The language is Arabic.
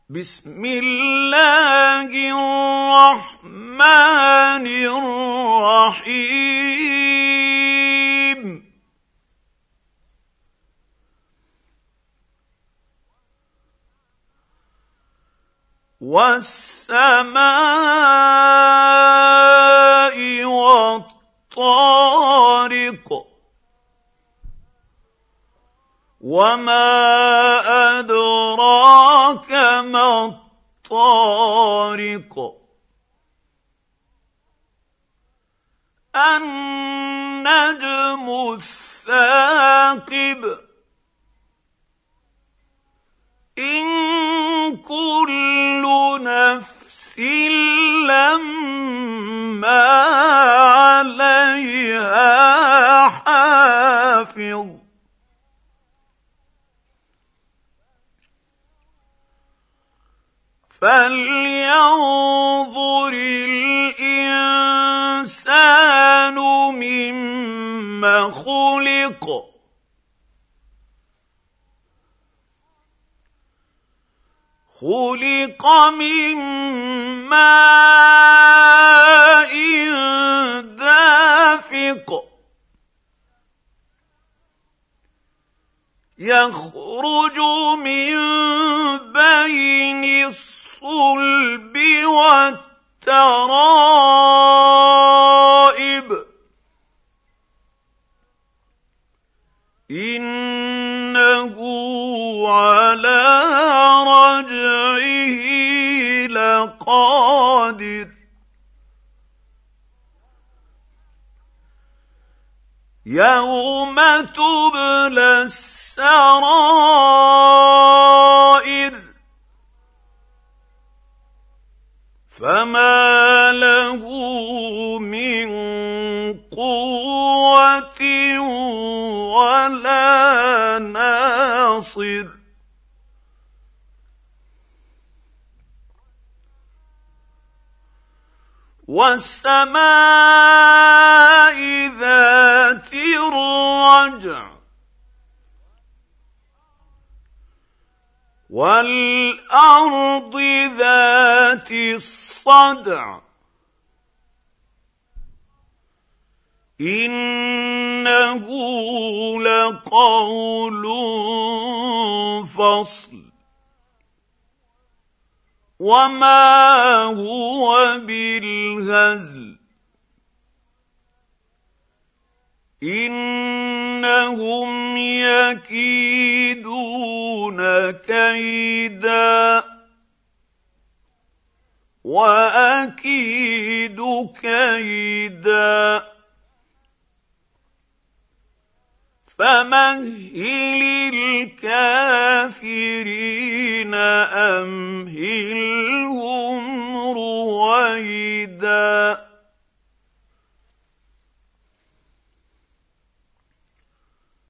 بسم الله الرحمن الرحيم والسماء والطارق وما أدراك ما الطارق النجم الثاقب إن كل نفس لما عليها حافظ فلينظر الإنسان مما خلق خلق من ماء دافق يخرج من بين الصلب والترائب إنه على رجعه لقادر يوم تبلى السرائر فما له من قوة ولا ناصر والسماء ذات الرجع والأرض ذات الصدع إنه لقول فصل وما هو بالهزل إنهم يكيدون كيدا وأكيد كيدا فمهل الكافرين أمهلهم